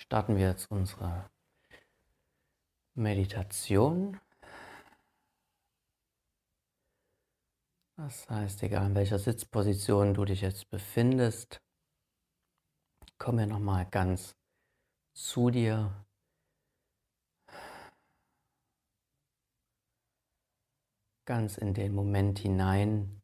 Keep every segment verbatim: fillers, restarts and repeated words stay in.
starten wir jetzt unsere Meditation. Das heißt, egal in welcher Sitzposition du dich jetzt befindest, komme nochmal ganz zu dir. Ganz in den Moment hinein.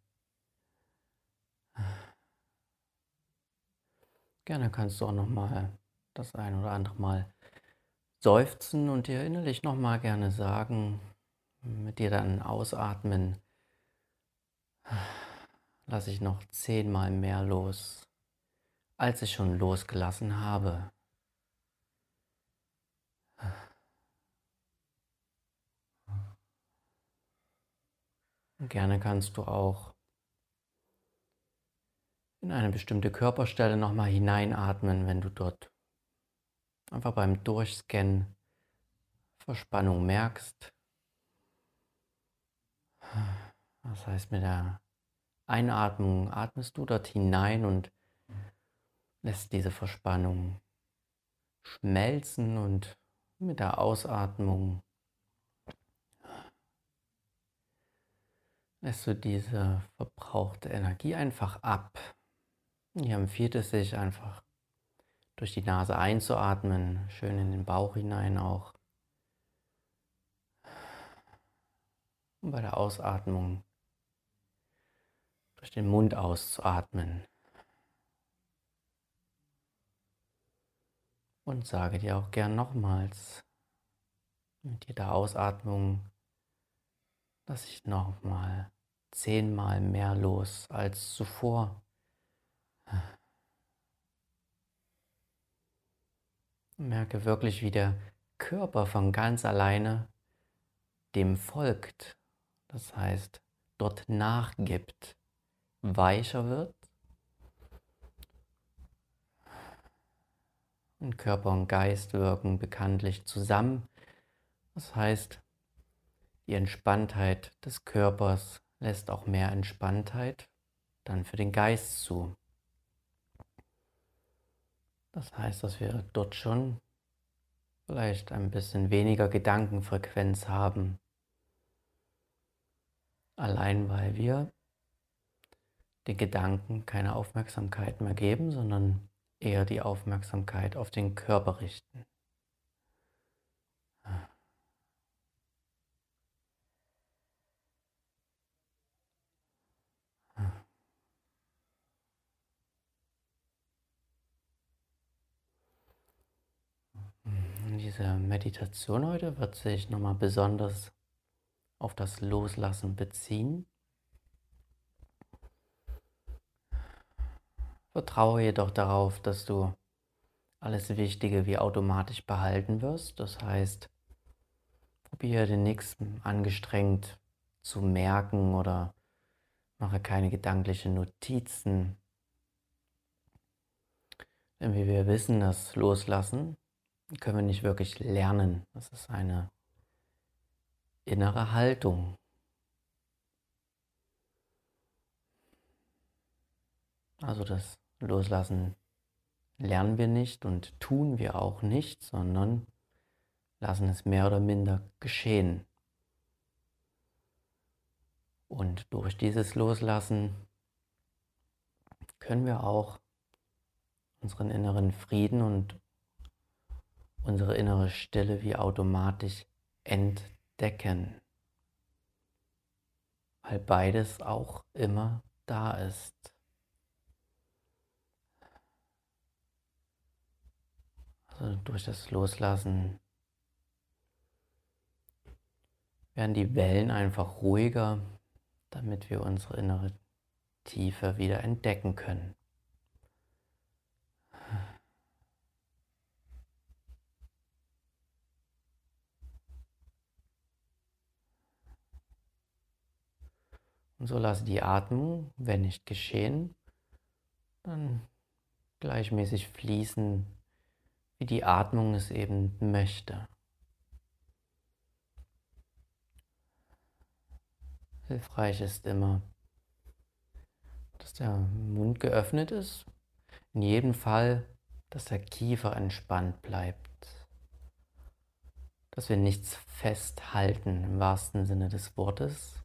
Gerne kannst du auch nochmal das ein oder andere Mal seufzen und dir innerlich nochmal gerne sagen, mit dir dann ausatmen, lasse ich noch zehnmal mehr los, als ich schon losgelassen habe. Und gerne kannst du auch in eine bestimmte Körperstelle nochmal hineinatmen, wenn du dort einfach beim Durchscannen Verspannung merkst. Das heißt, mit der Einatmung atmest du dort hinein und lässt diese Verspannung schmelzen, und mit der Ausatmung lässt du diese verbrauchte Energie einfach ab. Hier empfiehlt es sich einfach durch die Nase einzuatmen, schön in den Bauch hinein auch. Und bei der Ausatmung durch den Mund auszuatmen. Und sage dir auch gern nochmals mit jeder Ausatmung, dass ich nochmal zehnmal mehr los als zuvor. Merke wirklich, wie der Körper von ganz alleine dem folgt. Das heißt, dort nachgibt, weicher wird. Und Körper und Geist wirken bekanntlich zusammen. Das heißt, die Entspanntheit des Körpers lässt auch mehr Entspanntheit dann für den Geist zu. Das heißt, dass wir dort schon vielleicht ein bisschen weniger Gedankenfrequenz haben. Allein weil wir den Gedanken keine Aufmerksamkeit mehr geben, sondern eher die Aufmerksamkeit auf den Körper richten. Diese Meditation heute wird sich nochmal besonders auf das Loslassen beziehen. Vertraue jedoch darauf, dass du alles Wichtige wie automatisch behalten wirst. Das heißt, probiere dir nichts angestrengt zu merken oder mache keine gedanklichen Notizen. Denn wie wir wissen, das Loslassen können wir nicht wirklich lernen. Das ist eine innere Haltung. Also das Loslassen lernen wir nicht und tun wir auch nicht, sondern lassen es mehr oder minder geschehen. Und durch dieses Loslassen können wir auch unseren inneren Frieden und unsere innere Stille wie automatisch entdecken, weil beides auch immer da ist. Also durch das Loslassen werden die Wellen einfach ruhiger, damit wir unsere innere Tiefe wieder entdecken können. Und so lasse die Atmung, wenn nicht geschehen, dann gleichmäßig fließen, wie die Atmung es eben möchte. Hilfreich ist immer, dass der Mund geöffnet ist. In jedem Fall dass der Kiefer entspannt bleibt, dass wir nichts festhalten im wahrsten Sinne des Wortes.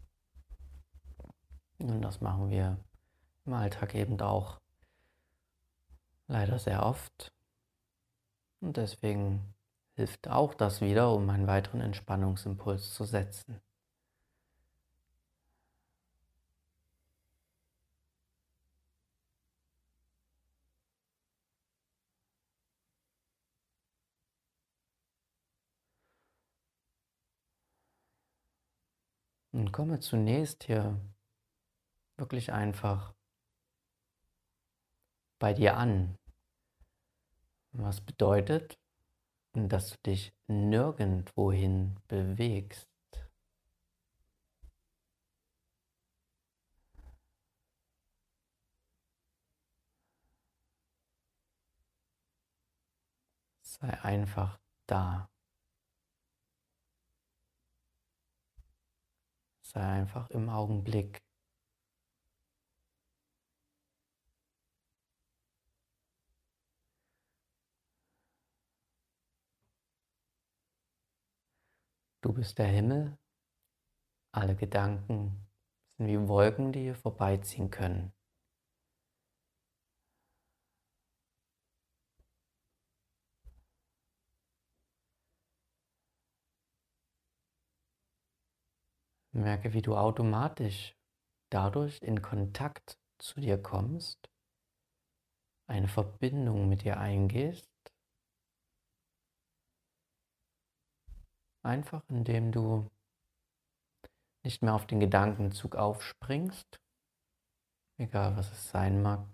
Und das machen wir im Alltag eben auch leider sehr oft. Und deswegen hilft auch das wieder, um einen weiteren Entspannungsimpuls zu setzen. Und komme zunächst hier wirklich einfach bei dir an. Was bedeutet, dass du dich nirgendwohin bewegst. Sei einfach da. Sei einfach im Augenblick. Du bist der Himmel. Alle Gedanken sind wie Wolken, die hier vorbeiziehen können. Merke, wie du automatisch dadurch in Kontakt zu dir kommst, eine Verbindung mit dir eingehst, einfach indem du nicht mehr auf den Gedankenzug aufspringst, egal was es sein mag,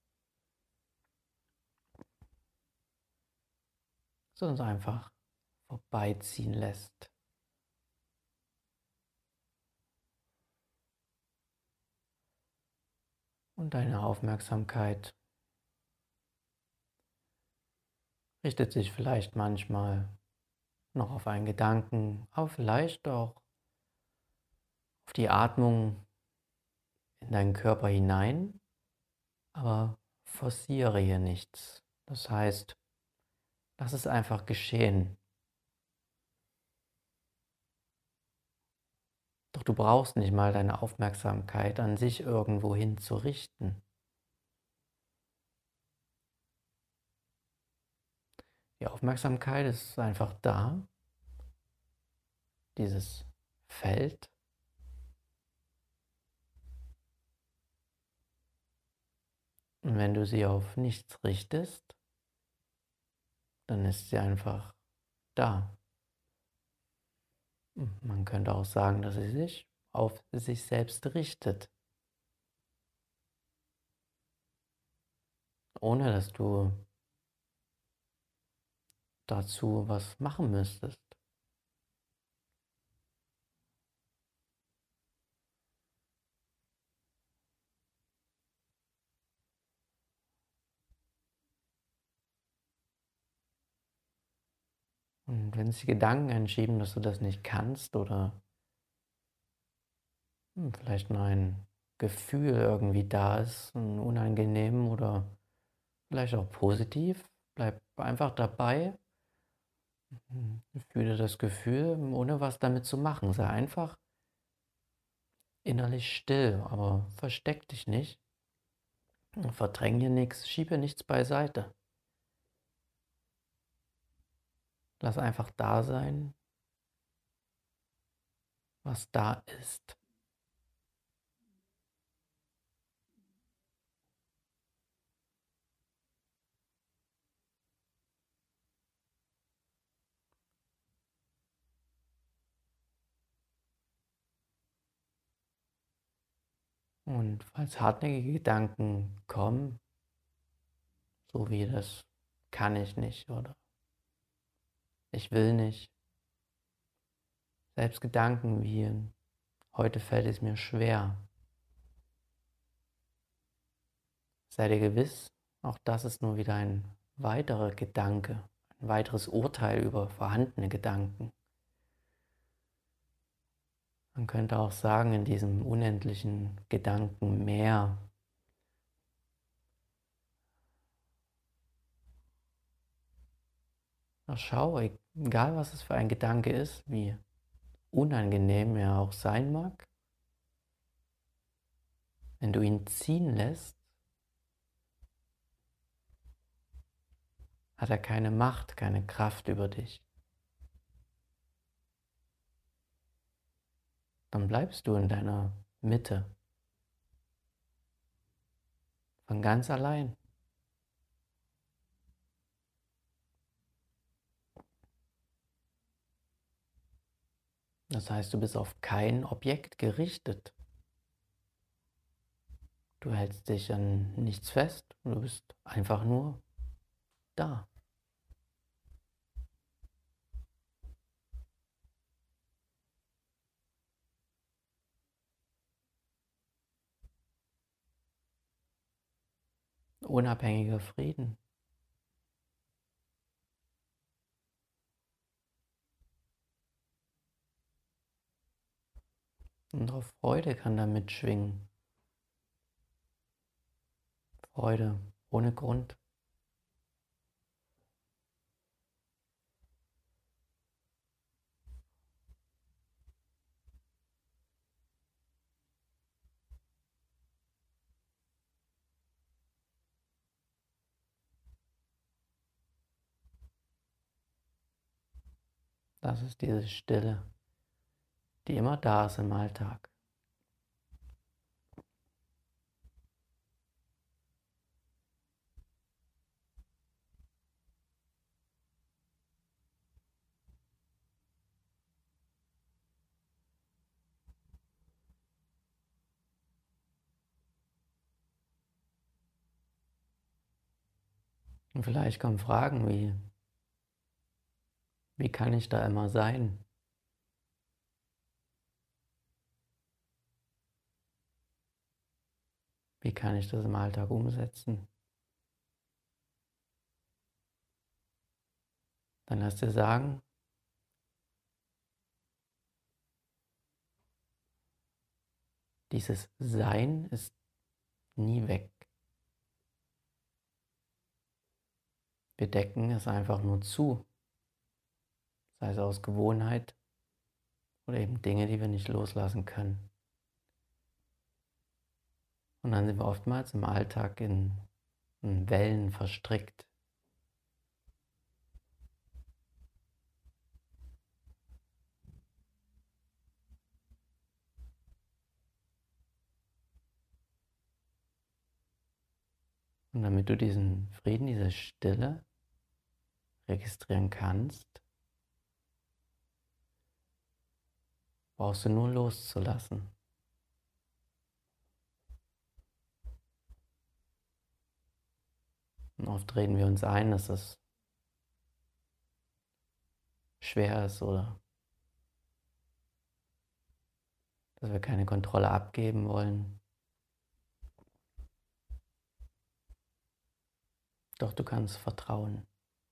sondern es einfach vorbeiziehen lässt. Und deine Aufmerksamkeit richtet sich vielleicht manchmal noch auf einen Gedanken, aber vielleicht auch auf die Atmung in deinen Körper hinein, aber forciere hier nichts. Das heißt, lass es einfach geschehen. Doch du brauchst nicht mal deine Aufmerksamkeit an sich irgendwo hin zu richten. Die Aufmerksamkeit ist einfach da, dieses Feld. Und wenn du sie auf nichts richtest, dann ist sie einfach da. Man könnte auch sagen, dass sie sich auf sich selbst richtet, ohne dass du dazu was machen müsstest. Und wenn sich Gedanken entschieden, dass du das nicht kannst oder hm, vielleicht nur ein Gefühl irgendwie da ist, ein unangenehm oder vielleicht auch positiv, bleib einfach dabei. Hm, Fühle das Gefühl, ohne was damit zu machen. Sei einfach innerlich still, aber versteck dich nicht. Verdränge nichts, schiebe nichts beiseite. Lass einfach da sein, was da ist. Und falls hartnäckige Gedanken kommen, so wie das kann ich nicht oder ich will nicht, selbst Gedanken wie heute fällt es mir schwer, sei dir gewiss, auch das ist nur wieder ein weiterer Gedanke, ein weiteres Urteil über vorhandene Gedanken. Man könnte auch sagen, in diesem unendlichen Gedankenmeer Ach, schau, e- egal was es für ein Gedanke ist, wie unangenehm er auch sein mag, wenn du ihn ziehen lässt, hat er keine Macht, keine Kraft über dich. Dann bleibst du in deiner Mitte von ganz allein. Das heißt, du bist auf kein Objekt gerichtet. Du hältst dich an nichts fest und du bist einfach nur da. Unabhängiger Frieden. Und auch Freude kann da mitschwingen. Freude ohne Grund. Das ist diese Stille, die immer da ist im Alltag. Und vielleicht kommen Fragen wie, wie kann ich da immer sein? Wie kann ich das im Alltag umsetzen? Dann lass dir sagen, dieses Sein ist nie weg. Wir decken es einfach nur zu, sei es aus Gewohnheit oder eben Dinge, die wir nicht loslassen können. Und dann sind wir oftmals im Alltag in, in Wellen verstrickt. Und damit du diesen Frieden, diese Stille registrieren kannst, brauchst du nur loszulassen. Und oft reden wir uns ein, dass es schwer ist oder dass wir keine Kontrolle abgeben wollen. Doch du kannst vertrauen.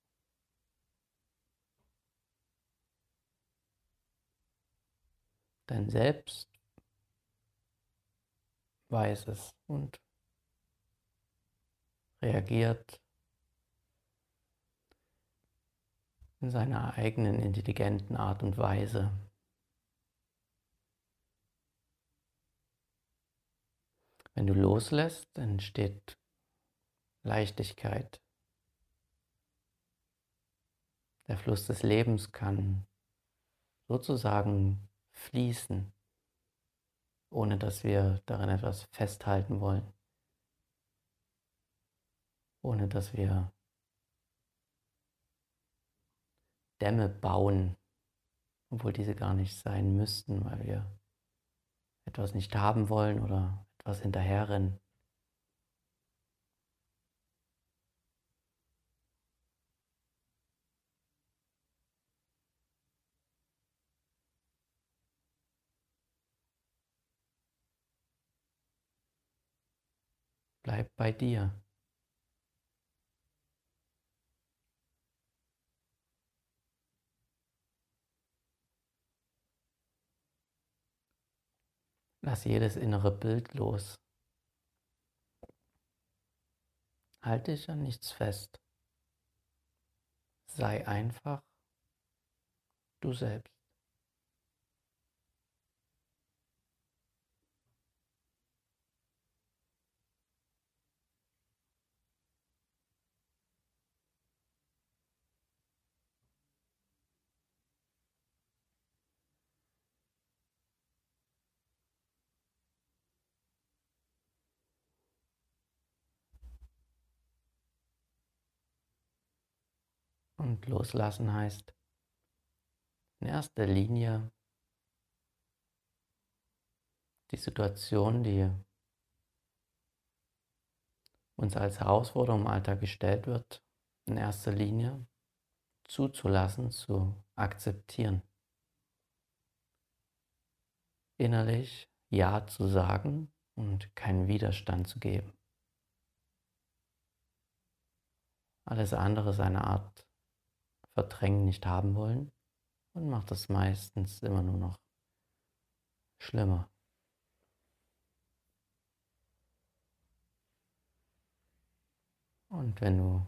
Dein Selbst weiß es und reagiert in seiner eigenen intelligenten Art und Weise. Wenn du loslässt, entsteht Leichtigkeit. Der Fluss des Lebens kann sozusagen fließen, ohne dass wir darin etwas festhalten wollen, ohne dass wir Dämme bauen, obwohl diese gar nicht sein müssten, weil wir etwas nicht haben wollen oder etwas hinterherrennen. Bleib bei dir. Lass jedes innere Bild los. Halt dich an nichts fest. Sei einfach du selbst. Und loslassen heißt in erster Linie die Situation, die uns als Herausforderung im Alltag gestellt wird, in erster Linie zuzulassen, zu akzeptieren. Innerlich Ja zu sagen und keinen Widerstand zu geben. Alles andere ist eine Art Verdrängen, nicht haben wollen und macht es meistens immer nur noch schlimmer. Und wenn du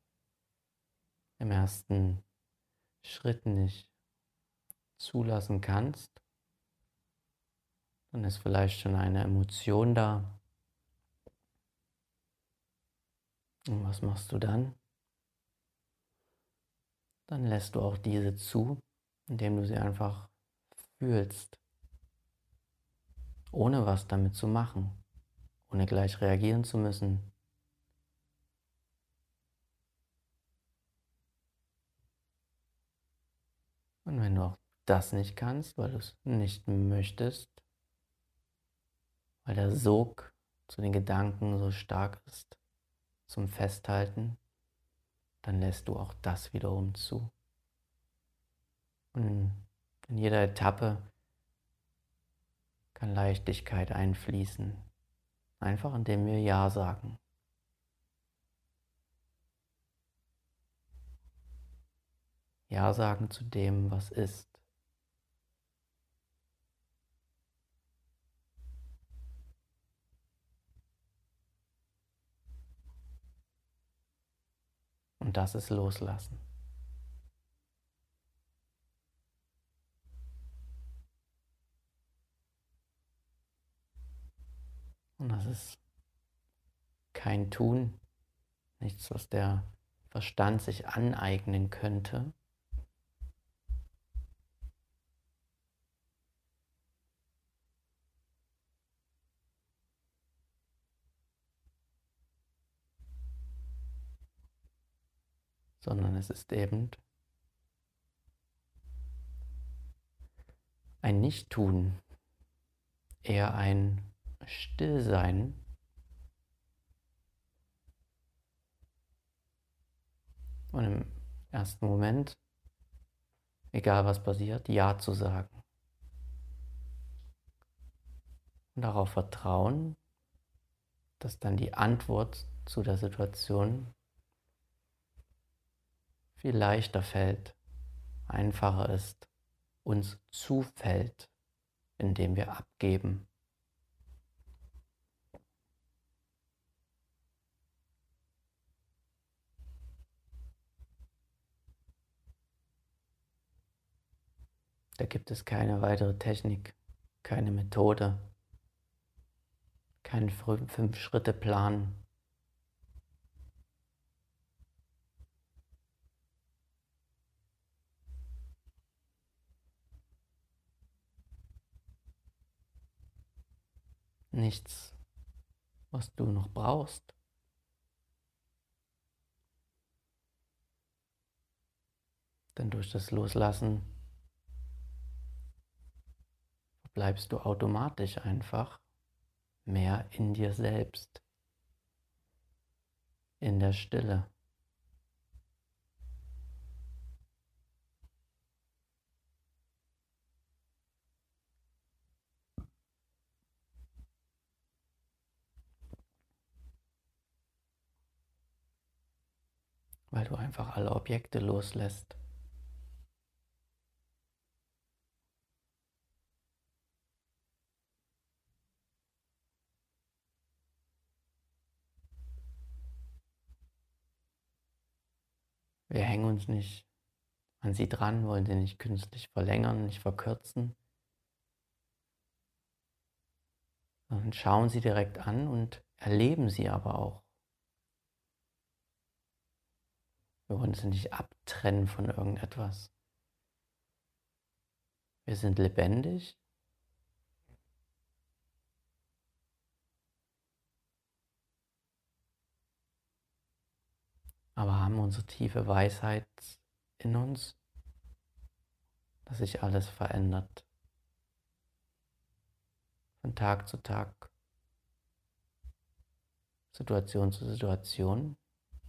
im ersten Schritt nicht zulassen kannst, dann ist vielleicht schon eine Emotion da. Und was machst du dann? Dann lässt du auch diese zu, indem du sie einfach fühlst, ohne was damit zu machen, ohne gleich reagieren zu müssen. Und wenn du auch das nicht kannst, weil du es nicht möchtest, weil der Sog zu den Gedanken so stark ist, zum Festhalten, dann lässt du auch das wiederum zu. Und in jeder Etappe kann Leichtigkeit einfließen, einfach indem wir Ja sagen. Ja sagen zu dem, was ist. Und das ist Loslassen. Und das ist kein Tun, nichts, was der Verstand sich aneignen könnte, sondern es ist eben ein Nicht-Tun, eher ein Stillsein und im ersten Moment, egal was passiert, Ja zu sagen. Und darauf vertrauen, dass dann die Antwort zu der Situation viel leichter fällt, einfacher ist, uns zufällt, indem wir abgeben. Da gibt es keine weitere Technik, keine Methode, keinen Fünf-Schritte-Plan. Nichts, was du noch brauchst. Denn durch das Loslassen bleibst du automatisch einfach mehr in dir selbst, in der Stille. Weil du einfach alle Objekte loslässt. Wir hängen uns nicht an sie dran, wollen sie nicht künstlich verlängern, nicht verkürzen, sondern schauen sie direkt an und erleben sie aber auch. Wir wollen sie nicht abtrennen von irgendetwas. Wir sind lebendig, aber haben unsere tiefe Weisheit in uns, dass sich alles verändert. Von Tag zu Tag, Situation zu Situation.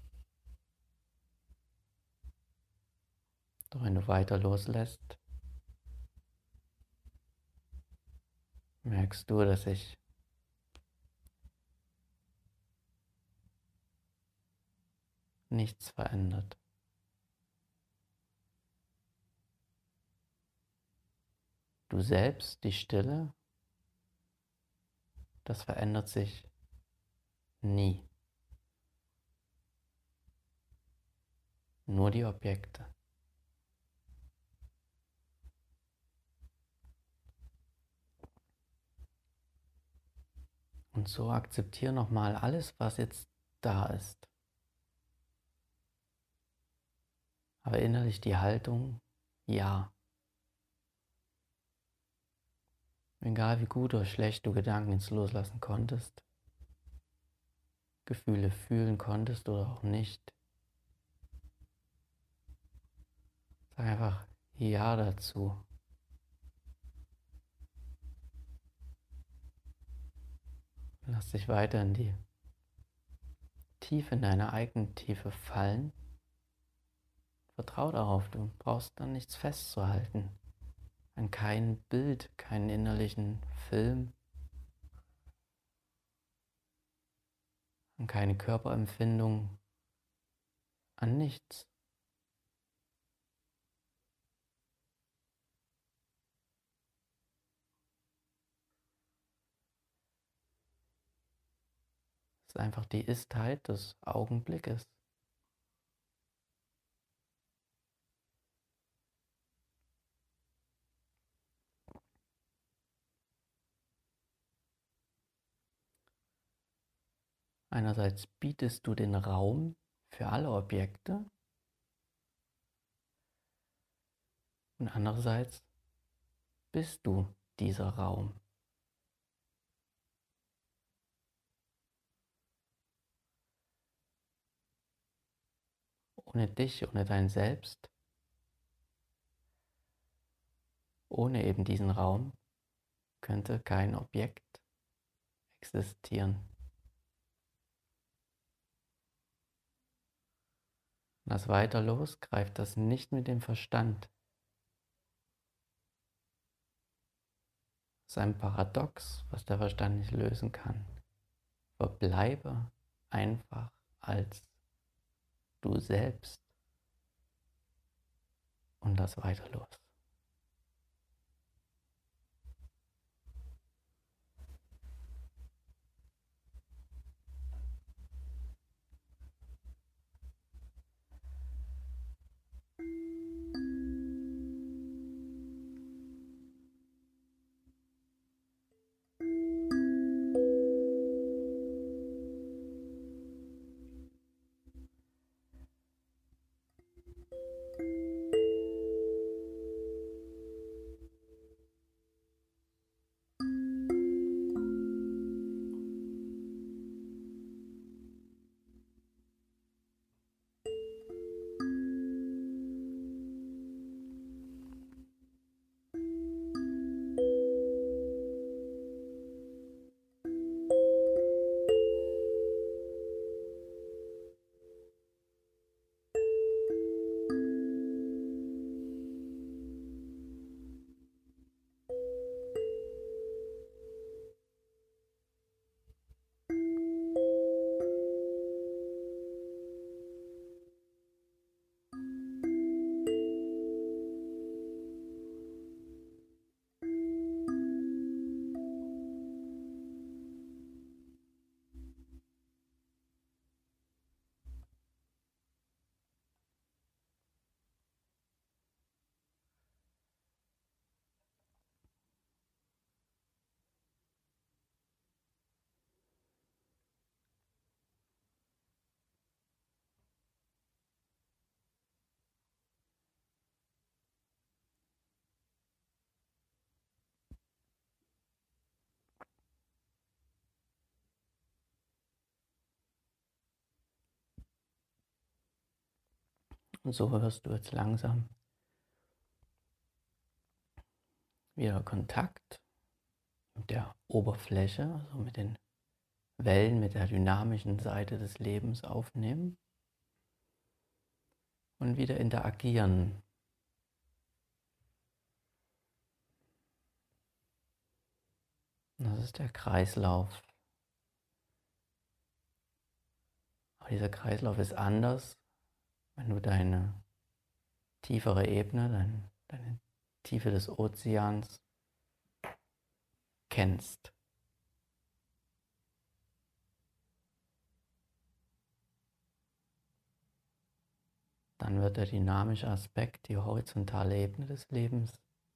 Doch wenn du weiter loslässt, merkst du, dass sich nichts verändert. Du selbst, die Stille, das verändert sich nie. Nur die Objekte. Und so akzeptiere nochmal alles, was jetzt da ist. Aber innerlich die Haltung, ja. Egal wie gut oder schlecht du Gedanken ins Loslassen konntest, Gefühle fühlen konntest oder auch nicht, sag einfach ja dazu. Lass dich weiter in die Tiefe, in deine eigene Tiefe fallen. Vertrau darauf, du brauchst dann nichts festzuhalten. An kein Bild, keinen innerlichen Film, an keine Körperempfindung, an nichts. Es ist einfach die Istheit des Augenblickes. Einerseits bietest du den Raum für alle Objekte und andererseits bist du dieser Raum. Ohne dich, ohne dein Selbst, ohne eben diesen Raum könnte kein Objekt existieren. Lass weiter los, greift das nicht mit dem Verstand. Das ist ein Paradox, was der Verstand nicht lösen kann. Verbleibe einfach als du selbst und lass weiter los. Und so wirst du jetzt langsam wieder Kontakt mit der Oberfläche, also mit den Wellen, mit der dynamischen Seite des Lebens aufnehmen und wieder interagieren. Das ist der Kreislauf. Aber dieser Kreislauf ist anders, wenn du deine tiefere Ebene, dein, deine Tiefe des Ozeans kennst. Dann wird der dynamische Aspekt, die horizontale Ebene des Lebens,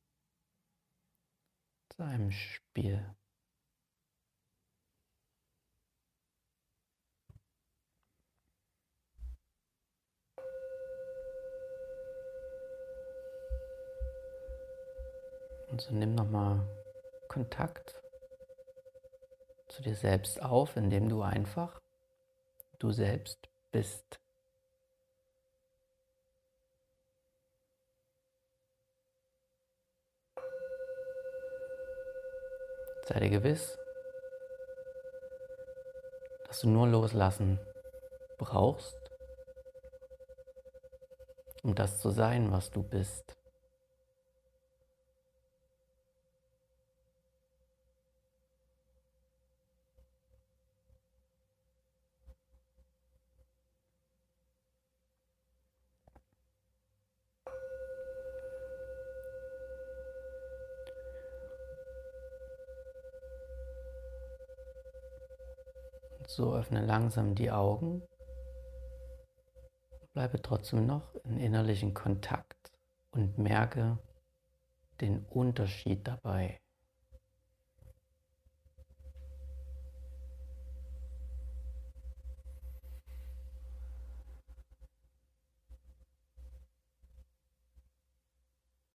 zu einem Spiel. Und so nimm nochmal Kontakt zu dir selbst auf, indem du einfach du selbst bist. Sei dir gewiss, dass du nur loslassen brauchst, um das zu sein, was du bist. Und so öffne langsam die Augen. Bleibe trotzdem noch in innerlichen Kontakt und merke den Unterschied dabei.